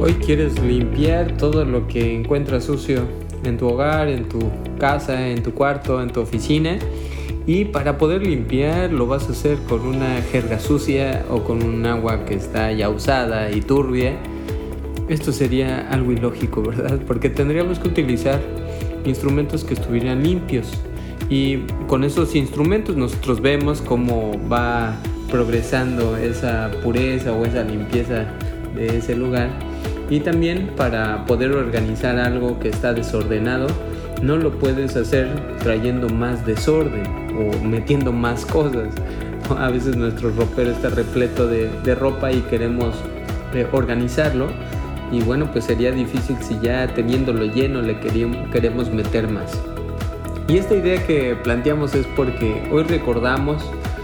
Hoy quieres limpiar todo lo que encuentras sucio en tu hogar, en tu casa, en tu cuarto, en tu oficina. Y para poder limpiar lo vas a hacer con una jerga sucia o con un agua que está ya usada y turbia. Esto sería algo ilógico, ¿verdad? Porque tendríamos que utilizar instrumentos que estuvieran limpios. Y con esos instrumentos nosotros vemos cómo va progresando esa pureza o esa limpieza de ese lugar. Y también para poder organizar algo que está desordenado, no lo puedes hacer trayendo más desorden o metiendo más cosas. A veces nuestro ropero está repleto de ropa y queremos organizarlo. Y bueno, pues sería difícil si ya teniéndolo lleno le queremos meter más. Y esta idea que planteamos es porque hoy recordamos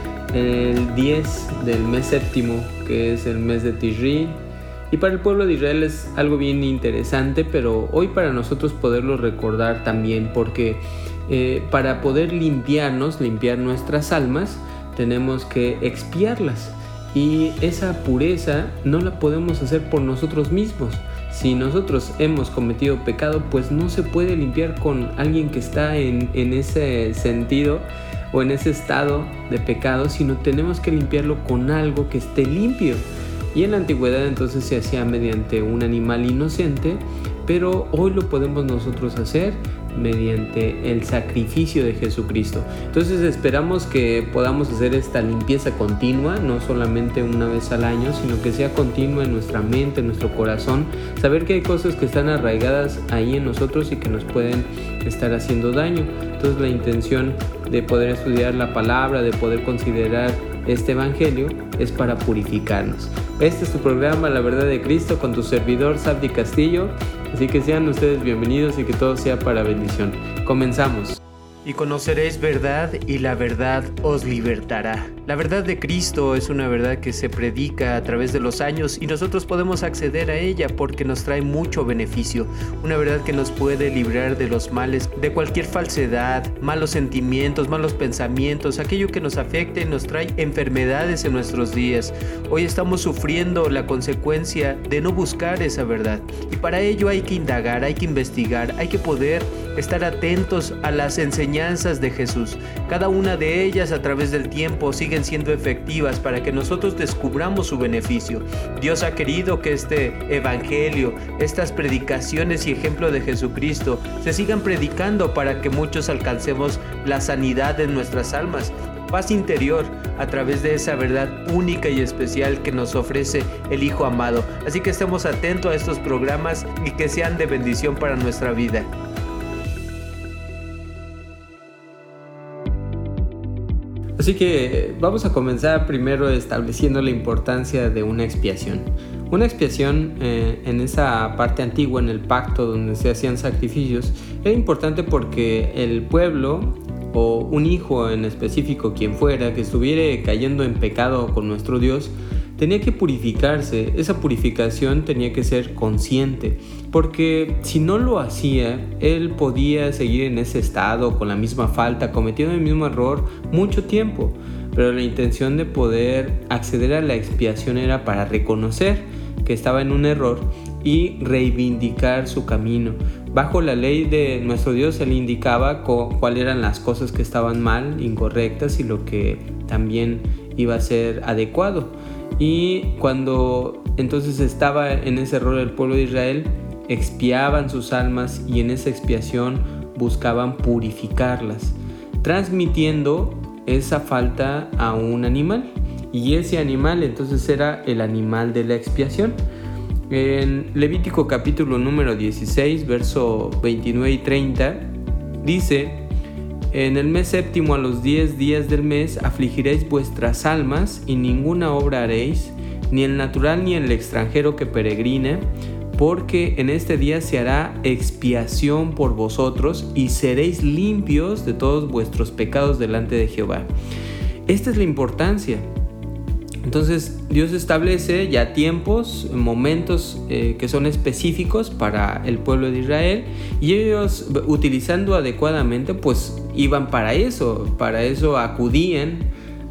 el 10 del mes séptimo, que es el mes de Tishri. Y para el pueblo de Israel es algo bien interesante, pero hoy para nosotros poderlo recordar también, porque para poder limpiar nuestras almas, tenemos que expiarlas. Y esa pureza no la podemos hacer por nosotros mismos. Si nosotros hemos cometido pecado, pues no se puede limpiar con alguien que está en ese sentido o en ese estado de pecado, sino tenemos que limpiarlo con algo que esté limpio. Y en la antigüedad entonces se hacía mediante un animal inocente, pero hoy lo podemos nosotros hacer mediante el sacrificio de Jesucristo. Entonces esperamos que podamos hacer esta limpieza continua, no solamente una vez al año, sino que sea continua en nuestra mente, en nuestro corazón, saber que hay cosas que están arraigadas ahí en nosotros y que nos pueden estar haciendo daño. Entonces la intención de poder estudiar la palabra, de poder considerar este evangelio, es para purificarnos. Este es tu programa La Verdad de Cristo con tu servidor Sabdi Castillo. Así que sean ustedes bienvenidos y que todo sea para bendición. Comenzamos. Y conoceréis verdad y la verdad os libertará. La verdad de Cristo es una verdad que se predica a través de los años y nosotros podemos acceder a ella porque nos trae mucho beneficio. Una verdad que nos puede librar de los males, de cualquier falsedad, malos sentimientos, malos pensamientos, aquello que nos afecte y nos trae enfermedades en nuestros días. Hoy estamos sufriendo la consecuencia de no buscar esa verdad. Y para ello hay que indagar, hay que investigar, hay que poder estar atentos a las enseñanzas de Jesús. Cada una de ellas a través del tiempo siguen siendo efectivas para que nosotros descubramos su beneficio. Dios ha querido que este evangelio, estas predicaciones y ejemplo de Jesucristo se sigan predicando para que muchos alcancemos la sanidad en nuestras almas, paz interior a través de esa verdad única y especial que nos ofrece el Hijo amado. Así que estemos atentos a estos programas y que sean de bendición para nuestra vida. Así que vamos a comenzar primero estableciendo la importancia de una expiación. Una expiación en esa parte antigua, en el pacto donde se hacían sacrificios, era importante porque el pueblo o un hijo en específico, quien fuera, que estuviera cayendo en pecado con nuestro Dios, tenía que purificarse. Esa purificación tenía que ser consciente, porque si no lo hacía, él podía seguir en ese estado, con la misma falta, cometiendo el mismo error mucho tiempo. Pero la intención de poder acceder a la expiación era para reconocer que estaba en un error y reivindicar su camino. Bajo la ley de nuestro Dios, él indicaba cuáles eran las cosas que estaban mal, incorrectas, y lo que también iba a ser adecuado. Y cuando entonces estaba en ese error el pueblo de Israel, expiaban sus almas y en esa expiación buscaban purificarlas, transmitiendo esa falta a un animal. Y ese animal entonces era el animal de la expiación. En Levítico capítulo número 16, verso 29 y 30, dice: en el mes séptimo, a los 10 días del mes, afligiréis vuestras almas y ninguna obra haréis, ni el natural ni el extranjero que peregrine, porque en este día se hará expiación por vosotros y seréis limpios de todos vuestros pecados delante de Jehová. Esta es la importancia. Entonces Dios establece ya tiempos, momentos que son específicos para el pueblo de Israel, y ellos, utilizando adecuadamente, pues iban para eso acudían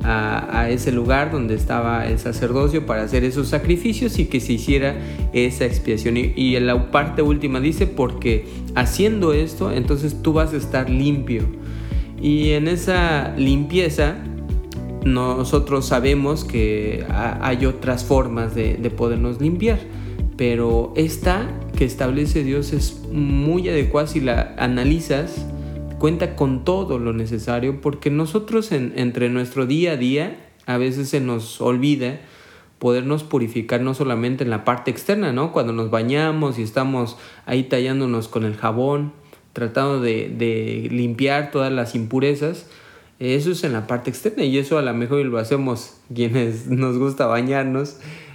a ese lugar donde estaba el sacerdocio para hacer esos sacrificios y que se hiciera esa expiación. Y en la parte última dice, porque haciendo esto, entonces tú vas a estar limpio. Y en esa limpieza nosotros sabemos que hay otras formas de podernos limpiar, pero esta que establece Dios es muy adecuada si la analizas. Cuenta con todo lo necesario, porque nosotros entre nuestro día a día a veces se nos olvida podernos purificar no solamente en la parte externa, ¿no? Cuando nos bañamos y estamos ahí tallándonos con el jabón, tratando de limpiar todas las impurezas, eso es en la parte externa, y eso a lo mejor lo hacemos quienes nos gusta bañarnos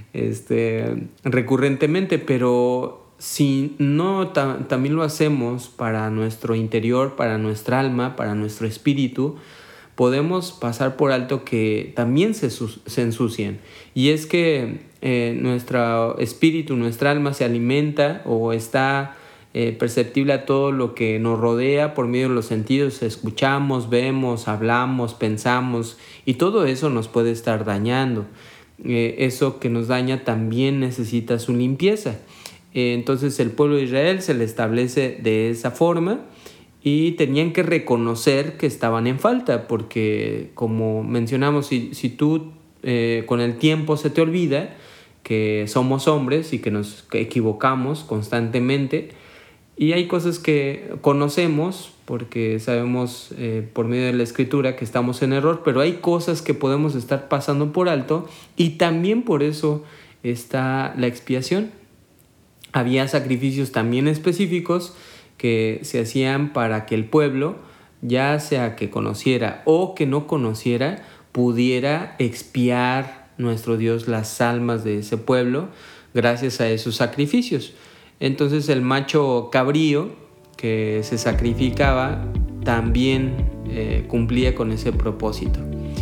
recurrentemente, pero si no también lo hacemos para nuestro interior, para nuestra alma, para nuestro espíritu, podemos pasar por alto que también se ensucian. Y es que nuestro espíritu, nuestra alma se alimenta o está perceptible a todo lo que nos rodea por medio de los sentidos. Escuchamos, vemos, hablamos, pensamos, y todo eso nos puede estar dañando. Eso que nos daña también necesita su limpieza. Entonces el pueblo de Israel se le establece de esa forma y tenían que reconocer que estaban en falta, porque como mencionamos, si tú con el tiempo se te olvida que somos hombres y que nos equivocamos constantemente, y hay cosas que conocemos porque sabemos por medio de la Escritura que estamos en error, pero hay cosas que podemos estar pasando por alto, y también por eso está la expiación. Había sacrificios también específicos que se hacían para que el pueblo, ya sea que conociera o que no conociera, pudiera expiar nuestro Dios las almas de ese pueblo gracias a esos sacrificios. Entonces el macho cabrío que se sacrificaba también cumplía con ese propósito.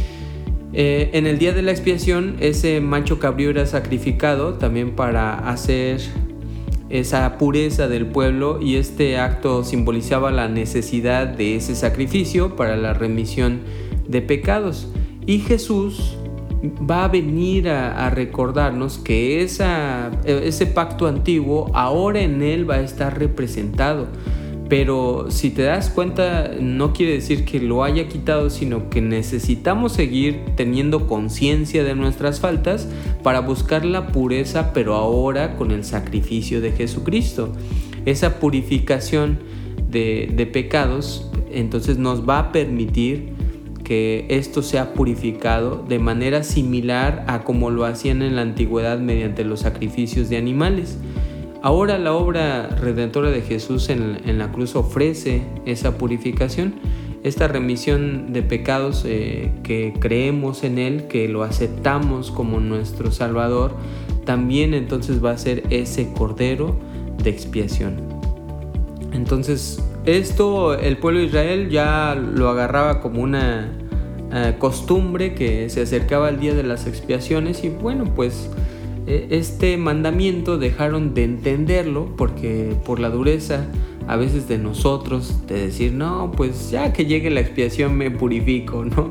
En el día de la expiación, ese macho cabrío era sacrificado también para hacer esa pureza del pueblo, y este acto simbolizaba la necesidad de ese sacrificio para la remisión de pecados. Y Jesús va a venir a recordarnos que ese pacto antiguo ahora en él va a estar representado. Pero si te das cuenta, no quiere decir que lo haya quitado, sino que necesitamos seguir teniendo conciencia de nuestras faltas para buscar la pureza, pero ahora con el sacrificio de Jesucristo. Esa purificación de pecados entonces nos va a permitir que esto sea purificado de manera similar a como lo hacían en la antigüedad mediante los sacrificios de animales. Ahora la obra redentora de Jesús en la cruz ofrece esa purificación, esta remisión de pecados que creemos en Él, que lo aceptamos como nuestro Salvador. También entonces va a ser ese cordero de expiación. Entonces esto el pueblo de Israel ya lo agarraba como una costumbre, que se acercaba el día de las expiaciones, y bueno, pues este mandamiento dejaron de entenderlo porque por la dureza a veces de nosotros de decir, no, pues ya que llegue la expiación me purifico, ¿no?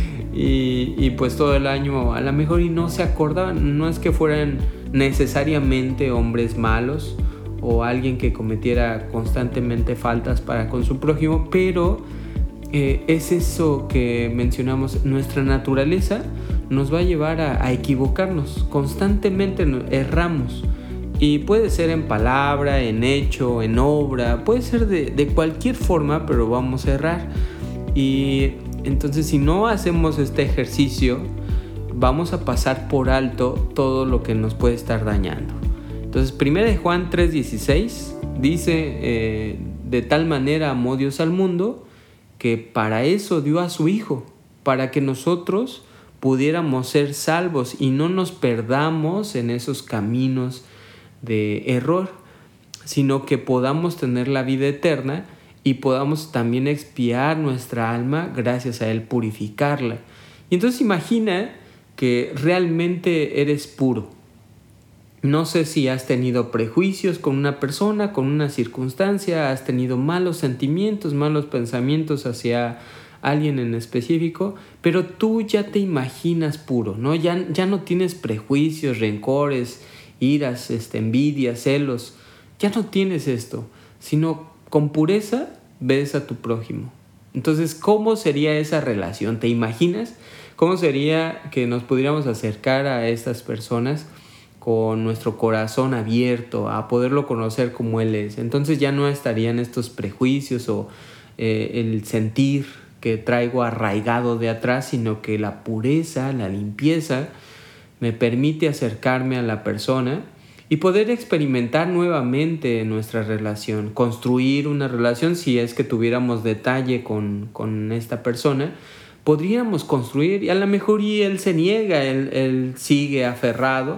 Y pues todo el año a lo mejor y no se acordaban. No es que fueran necesariamente hombres malos o alguien que cometiera constantemente faltas para con su prójimo, pero es eso que mencionamos, nuestra naturaleza nos va a llevar a equivocarnos. Constantemente erramos, y puede ser en palabra, en hecho, en obra, puede ser de cualquier forma, pero vamos a errar. Y entonces si no hacemos este ejercicio, vamos a pasar por alto todo lo que nos puede estar dañando. Entonces 1 Juan 3:16 dice, de tal manera amó Dios al mundo que para eso dio a su Hijo, para que nosotros pudiéramos ser salvos y no nos perdamos en esos caminos de error, sino que podamos tener la vida eterna y podamos también expiar nuestra alma gracias a Él, purificarla. Y entonces imagina que realmente eres puro. No sé si has tenido prejuicios con una persona, con una circunstancia, has tenido malos sentimientos, malos pensamientos hacia alguien en específico, pero tú ya te imaginas puro, ¿no? Ya no tienes prejuicios, rencores, iras, envidias, celos. Ya no tienes esto, sino con pureza ves a tu prójimo. Entonces, ¿cómo sería esa relación? ¿Te imaginas? ¿Cómo sería que nos pudiéramos acercar a estas personas con nuestro corazón abierto, a poderlo conocer como Él es? Entonces ya no estarían estos prejuicios o el sentir que traigo arraigado de atrás, sino que la pureza, la limpieza, me permite acercarme a la persona y poder experimentar nuevamente nuestra relación, construir una relación. Si es que tuviéramos detalle con esta persona, podríamos construir, y a lo mejor él se niega, él sigue aferrado,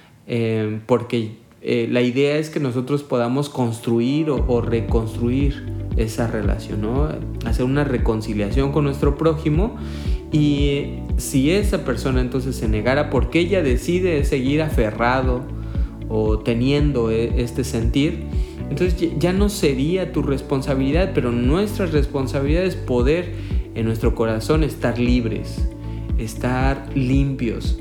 porque la idea es que nosotros podamos construir o reconstruir esa relación, ¿no? Hacer una reconciliación con nuestro prójimo. Y si esa persona entonces se negara porque ella decide seguir aferrado o teniendo este sentir, entonces ya no sería tu responsabilidad, pero nuestra responsabilidad es poder en nuestro corazón estar libres, estar limpios.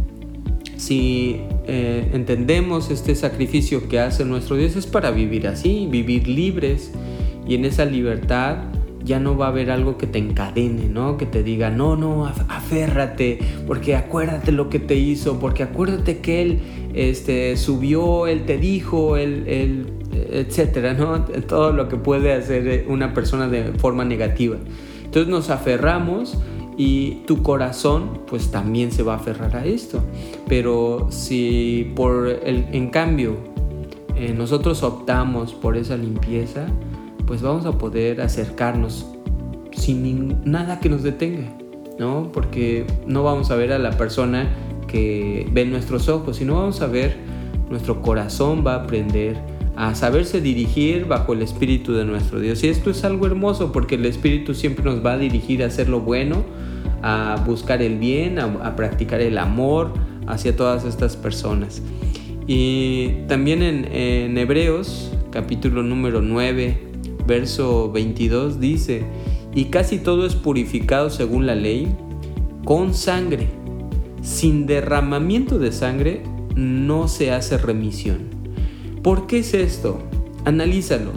Si entendemos este sacrificio que hace nuestro Dios, es para vivir así, vivir libres, y en esa libertad ya no va a haber algo que te encadene, ¿no? Que te diga, no, aférrate, porque acuérdate lo que te hizo, porque acuérdate que Él subió, Él te dijo, Él etcétera, ¿no? Todo lo que puede hacer una persona de forma negativa. Entonces nos aferramos y tu corazón pues también se va a aferrar a esto. Pero si en cambio nosotros optamos por esa limpieza, pues vamos a poder acercarnos sin nada que nos detenga, ¿no? Porque no vamos a ver a la persona que ve nuestros ojos, sino vamos a ver, nuestro corazón va a aprender a saberse dirigir bajo el Espíritu de nuestro Dios. Y esto es algo hermoso, porque el Espíritu siempre nos va a dirigir a hacer lo bueno, a buscar el bien, a practicar el amor hacia todas estas personas. Y también en Hebreos, capítulo número 9, verso 22 dice: y casi todo es purificado según la ley con sangre. Sin derramamiento de sangre no se hace remisión. ¿Por qué es esto? Analízalo.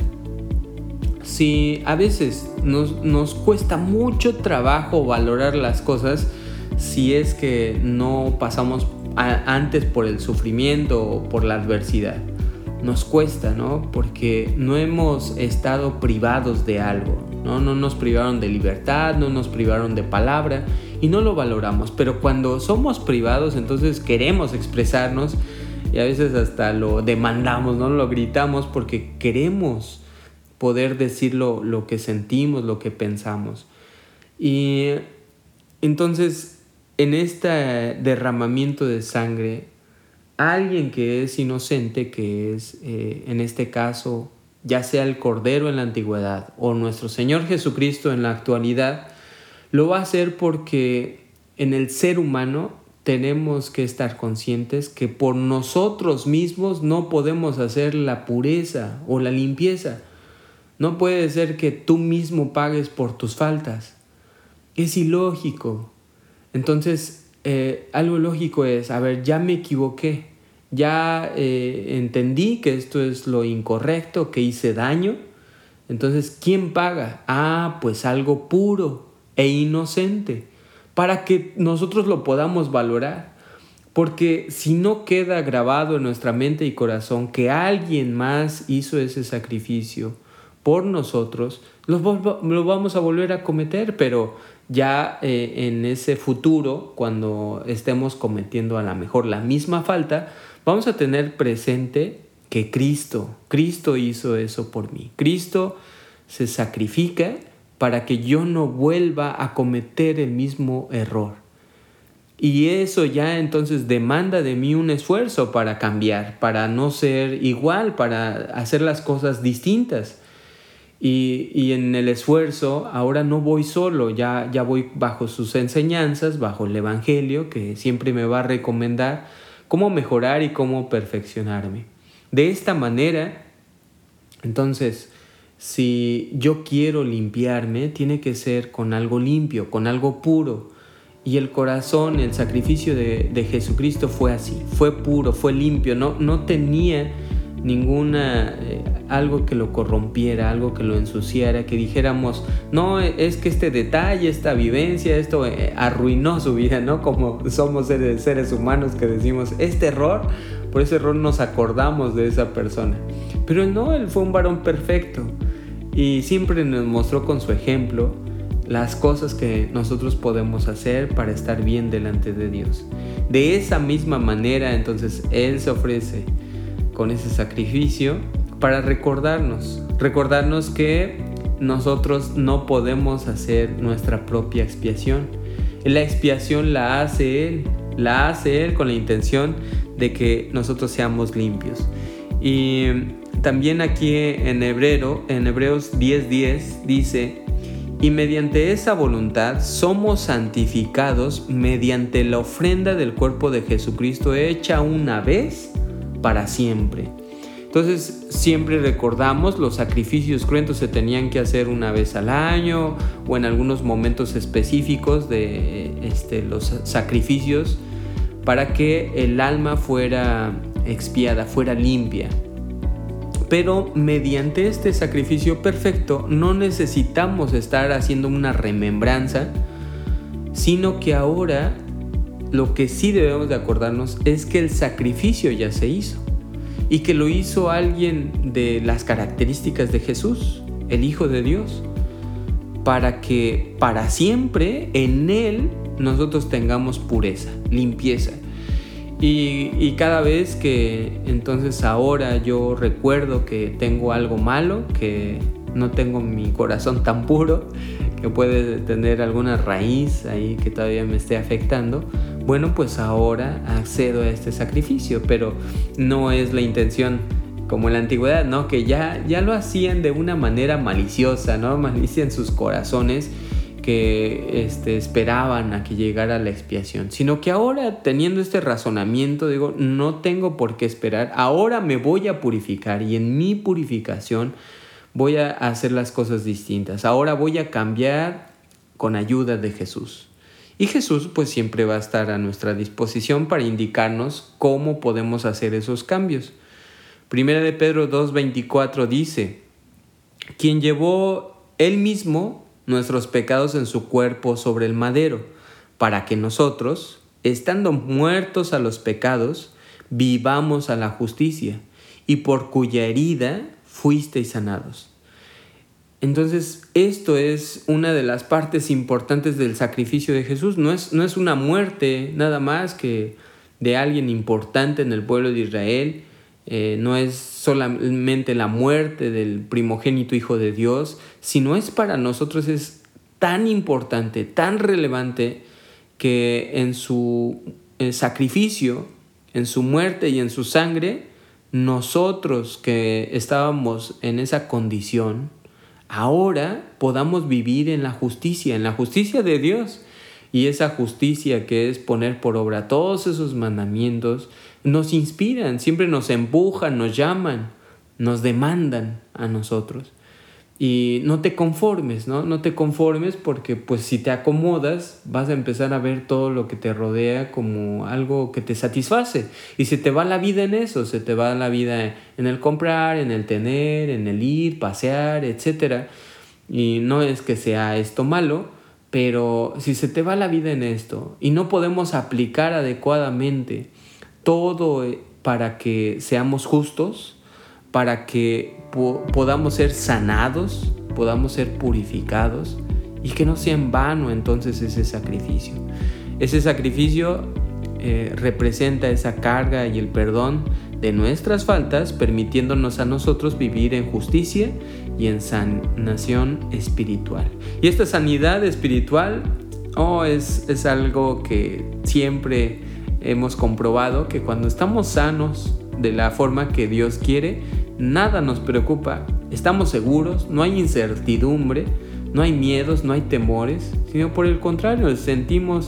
Si a veces nos cuesta mucho trabajo valorar las cosas, si es que no pasamos antes por el sufrimiento o por la adversidad, nos cuesta, ¿no? Porque no hemos estado privados de algo, ¿no? No nos privaron de libertad, no nos privaron de palabra y no lo valoramos. Pero cuando somos privados, entonces queremos expresarnos y a veces hasta lo demandamos, ¿no? Lo gritamos porque queremos poder decir lo que sentimos, lo que pensamos. Y entonces, en este derramamiento de sangre, alguien que es inocente, que es en este caso ya sea el Cordero en la antigüedad o nuestro Señor Jesucristo en la actualidad, lo va a hacer porque en el ser humano tenemos que estar conscientes que por nosotros mismos no podemos hacer la pureza o la limpieza. No puede ser que tú mismo pagues por tus faltas. Es ilógico. Entonces, algo lógico es, ya me equivoqué, ya entendí que esto es lo incorrecto, que hice daño. Entonces, ¿quién paga? Pues algo puro e inocente, para que nosotros lo podamos valorar. Porque si no queda grabado en nuestra mente y corazón que alguien más hizo ese sacrificio por nosotros, lo vamos a volver a cometer, pero ya en ese futuro, cuando estemos cometiendo a lo mejor la misma falta, vamos a tener presente que Cristo hizo eso por mí. Cristo se sacrifica para que yo no vuelva a cometer el mismo error. Y eso ya entonces demanda de mí un esfuerzo para cambiar, para no ser igual, para hacer las cosas distintas. Y en el esfuerzo ahora no voy solo, ya voy bajo sus enseñanzas, bajo el Evangelio, que siempre me va a recomendar cómo mejorar y cómo perfeccionarme. De esta manera, entonces, si yo quiero limpiarme, tiene que ser con algo limpio, con algo puro. Y el corazón, el sacrificio de Jesucristo fue así, fue puro, fue limpio, no tenía ninguna algo que lo corrompiera, algo que lo ensuciara, que dijéramos, no, es que este detalle, esta vivencia, esto arruinó su vida, ¿no? Como somos seres humanos que decimos, este error, por ese error nos acordamos de esa persona. Pero no, él fue un varón perfecto y siempre nos mostró con su ejemplo las cosas que nosotros podemos hacer para estar bien delante de Dios. De esa misma manera, entonces, Él se ofrece con ese sacrificio para recordarnos que nosotros no podemos hacer nuestra propia expiación. La expiación la hace Él con la intención de que nosotros seamos limpios. Y también aquí en Hebreos 10:10 dice: y mediante esa voluntad somos santificados mediante la ofrenda del cuerpo de Jesucristo hecha una vez para siempre. Entonces siempre recordamos, los sacrificios cruentos se tenían que hacer una vez al año o en algunos momentos específicos de los sacrificios para que el alma fuera expiada, fuera limpia. Pero mediante este sacrificio perfecto no necesitamos estar haciendo una remembranza, sino que ahora lo que sí debemos de acordarnos es que el sacrificio ya se hizo y que lo hizo alguien de las características de Jesús, el Hijo de Dios, para que para siempre en Él nosotros tengamos pureza, limpieza. Y cada vez que entonces ahora yo recuerdo que tengo algo malo, que no tengo mi corazón tan puro, que puede tener alguna raíz ahí que todavía me esté afectando, bueno, pues ahora accedo a este sacrificio, pero no es la intención como en la antigüedad, ¿no? Que ya lo hacían de una manera maliciosa, ¿no? Malicia en sus corazones, que esperaban a que llegara la expiación, sino que ahora, teniendo este razonamiento, digo, no tengo por qué esperar, ahora me voy a purificar y en mi purificación voy a hacer las cosas distintas, ahora voy a cambiar con ayuda de Jesús. Y Jesús pues siempre va a estar a nuestra disposición para indicarnos cómo podemos hacer esos cambios. Primera de Pedro 2:24 dice: quien llevó él mismo nuestros pecados en su cuerpo sobre el madero, para que nosotros, estando muertos a los pecados, vivamos a la justicia, y por cuya herida fuisteis sanados. Entonces, esto es una de las partes importantes del sacrificio de Jesús. No es una muerte nada más que de alguien importante en el pueblo de Israel. No es solamente la muerte del primogénito Hijo de Dios, sino es para nosotros es tan importante, tan relevante, que en su sacrificio, en su muerte y en su sangre, nosotros que estábamos en esa condición, ahora podamos vivir en la justicia de Dios. Y esa justicia, que es poner por obra todos esos mandamientos, nos inspiran, siempre nos empujan, nos llaman, nos demandan a nosotros. Y no te conformes, ¿no? No te conformes, porque pues si te acomodas vas a empezar a ver todo lo que te rodea como algo que te satisface. Y se te va la vida en eso, se te va la vida en el comprar, en el tener, en el ir, pasear, etc. Y no es que sea esto malo, pero si se te va la vida en esto y no podemos aplicar adecuadamente todo para que seamos justos, para que podamos ser sanados, podamos ser purificados, y que no sea en vano entonces ese sacrificio. Ese sacrificio representa esa carga y el perdón de nuestras faltas, permitiéndonos a nosotros vivir en justicia y en sanación espiritual. Y esta sanidad espiritual es algo que siempre hemos comprobado, que cuando estamos sanos de la forma que Dios quiere, nada nos preocupa, estamos seguros, no hay incertidumbre, no hay miedos, no hay temores, sino por el contrario, nos sentimos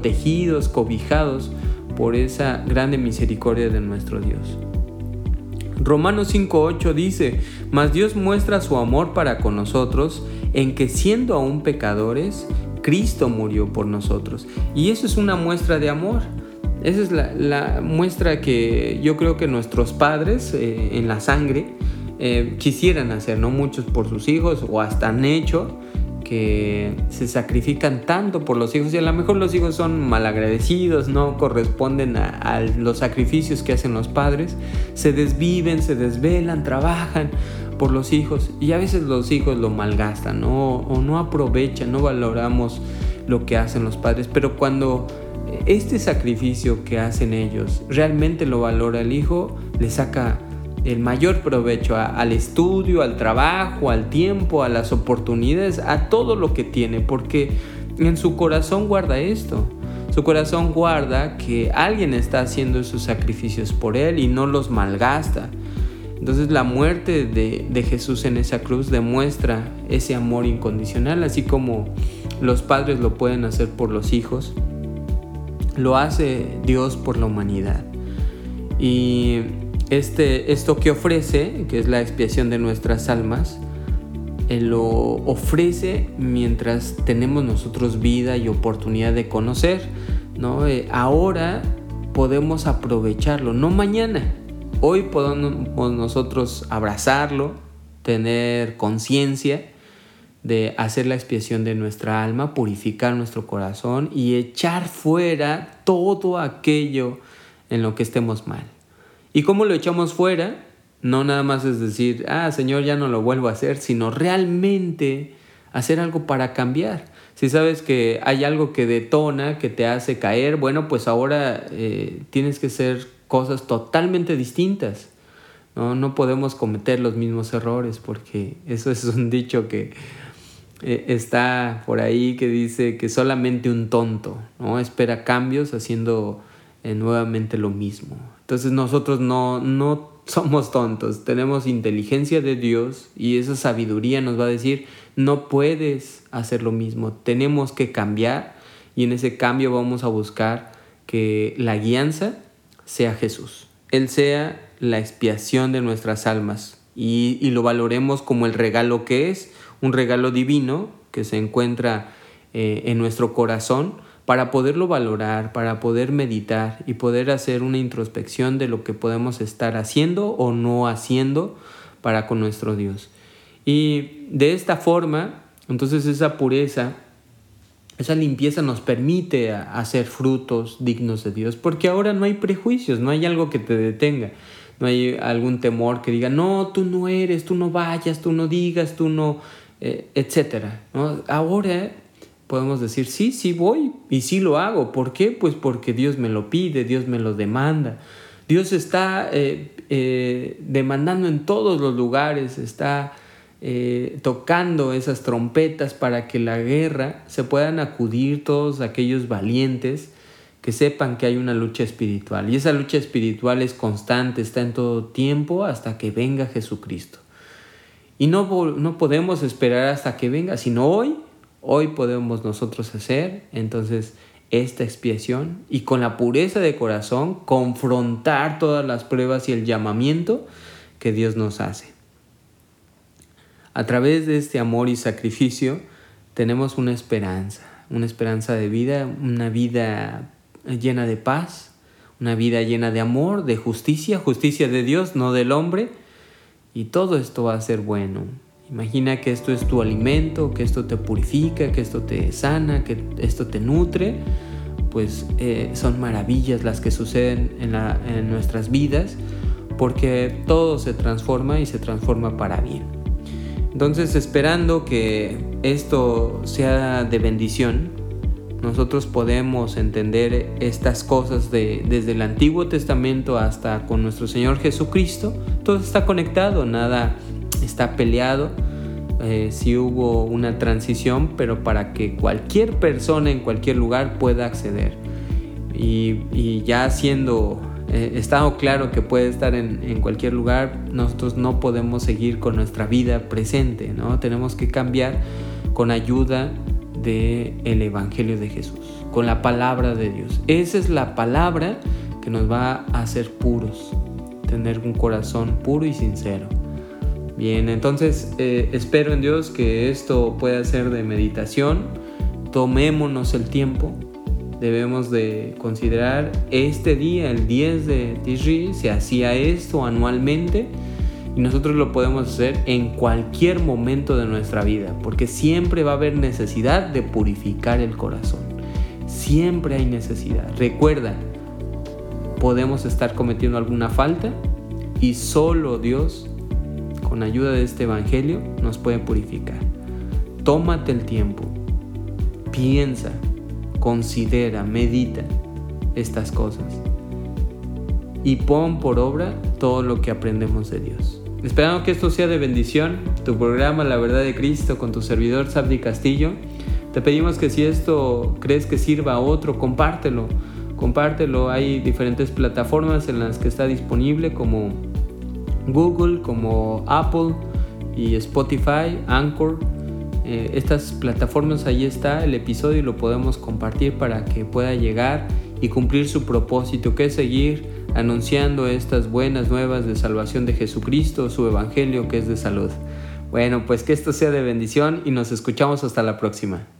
protegidos, cobijados por esa grande misericordia de nuestro Dios. Romanos 5:8 dice: mas Dios muestra su amor para con nosotros en que, siendo aún pecadores, Cristo murió por nosotros. Y eso es una muestra de amor. Esa es la muestra que yo creo que nuestros padres en la sangre quisieran hacer, ¿no? Muchos por sus hijos, o hasta han hecho, que se sacrifican tanto por los hijos, y a lo mejor los hijos son malagradecidos, no corresponden a los sacrificios que hacen los padres, se desviven, se desvelan, trabajan por los hijos, y a veces los hijos lo malgastan, ¿no? O no aprovechan, no valoramos lo que hacen los padres. Pero cuando este sacrificio que hacen ellos realmente lo valora el hijo, le saca el mayor provecho al estudio, al trabajo, al tiempo, a las oportunidades, a todo lo que tiene, porque en su corazón guarda esto. Su corazón guarda que alguien está haciendo esos sacrificios por él y no los malgasta. Entonces la muerte de Jesús en esa cruz demuestra ese amor incondicional, así como los padres lo pueden hacer por los hijos, lo hace Dios por la humanidad. Y esto que ofrece, que es la expiación de nuestras almas, Él lo ofrece mientras tenemos nosotros vida y oportunidad de conocer, ¿no? Ahora podemos aprovecharlo, no mañana. Hoy podemos nosotros abrazarlo, tener conciencia de hacer la expiación de nuestra alma, purificar nuestro corazón y echar fuera todo aquello en lo que estemos mal. ¿Y cómo lo echamos fuera? No nada más es decir, Señor, ya no lo vuelvo a hacer, sino realmente hacer algo para cambiar. Si sabes que hay algo que detona, que te hace caer, bueno, pues ahora tienes que hacer cosas totalmente distintas. No podemos cometer los mismos errores, porque eso es un dicho que está por ahí, que dice que solamente un tonto, ¿no?, espera cambios haciendo nuevamente lo mismo. Entonces nosotros no somos tontos, tenemos inteligencia de Dios, y esa sabiduría nos va a decir: no puedes hacer lo mismo, tenemos que cambiar, y en ese cambio vamos a buscar que la guianza sea Jesús. Él sea la expiación de nuestras almas, y lo valoremos como el regalo que es, un regalo divino que se encuentra en nuestro corazón, para poderlo valorar, para poder meditar y poder hacer una introspección de lo que podemos estar haciendo o no haciendo para con nuestro Dios. Y de esta forma, entonces esa pureza, esa limpieza nos permite hacer frutos dignos de Dios, porque ahora no hay prejuicios, no hay algo que te detenga, no hay algún temor que diga: no, tú no eres, tú no vayas, tú no digas, tú no, etcétera, ¿no? Ahora podemos decir: sí voy y sí lo hago. ¿Por qué? Pues porque Dios me lo pide, Dios me lo demanda. Dios está demandando en todos los lugares, está tocando esas trompetas para que la guerra se puedan acudir todos aquellos valientes que sepan que hay una lucha espiritual. Y esa lucha espiritual es constante, está en todo tiempo hasta que venga Jesucristo. Y no podemos esperar hasta que venga, sino hoy podemos nosotros hacer entonces esta expiación, y con la pureza de corazón confrontar todas las pruebas y el llamamiento que Dios nos hace. A través de este amor y sacrificio tenemos una esperanza de vida, una vida llena de paz, una vida llena de amor, de justicia de Dios, no del hombre, y todo esto va a ser bueno. Imagina que esto es tu alimento, que esto te purifica, que esto te sana, que esto te nutre. Pues son maravillas las que suceden en nuestras vidas, porque todo se transforma y se transforma para bien. Entonces, esperando que esto sea de bendición, nosotros podemos entender estas cosas desde el Antiguo Testamento hasta con nuestro Señor Jesucristo. Todo está conectado, nada está peleado. Sí hubo una transición, pero para que cualquier persona en cualquier lugar pueda acceder. Y ya estando claro que puede estar en cualquier lugar, nosotros no podemos seguir con nuestra vida presente, ¿no? Tenemos que cambiar con ayuda del Evangelio de Jesús, con la palabra de Dios. Esa es la palabra que nos va a hacer puros. tener un corazón puro y sincero. Bien, entonces espero en Dios que esto pueda ser de meditación. Tomémonos el tiempo. Debemos de considerar este día, el 10 de Tishri, se hacía esto anualmente y nosotros lo podemos hacer en cualquier momento de nuestra vida, porque siempre va a haber necesidad de purificar el corazón. Siempre hay necesidad. Recuerda, podemos estar cometiendo alguna falta y solo Dios, con ayuda de este evangelio, nos puede purificar. Tómate el tiempo, piensa, considera, medita estas cosas y pon por obra todo lo que aprendemos de Dios. Esperando que esto sea de bendición, tu programa La Verdad de Cristo con tu servidor Sabdi Castillo. Te pedimos que si esto crees que sirva a otro, compártelo. Hay diferentes plataformas en las que está disponible, como Google, como Apple y Spotify, Anchor. Estas plataformas, ahí está el episodio y lo podemos compartir para que pueda llegar y cumplir su propósito, que es seguir anunciando estas buenas nuevas de salvación de Jesucristo, su evangelio que es de salud. Bueno, pues que esto sea de bendición y nos escuchamos hasta la próxima.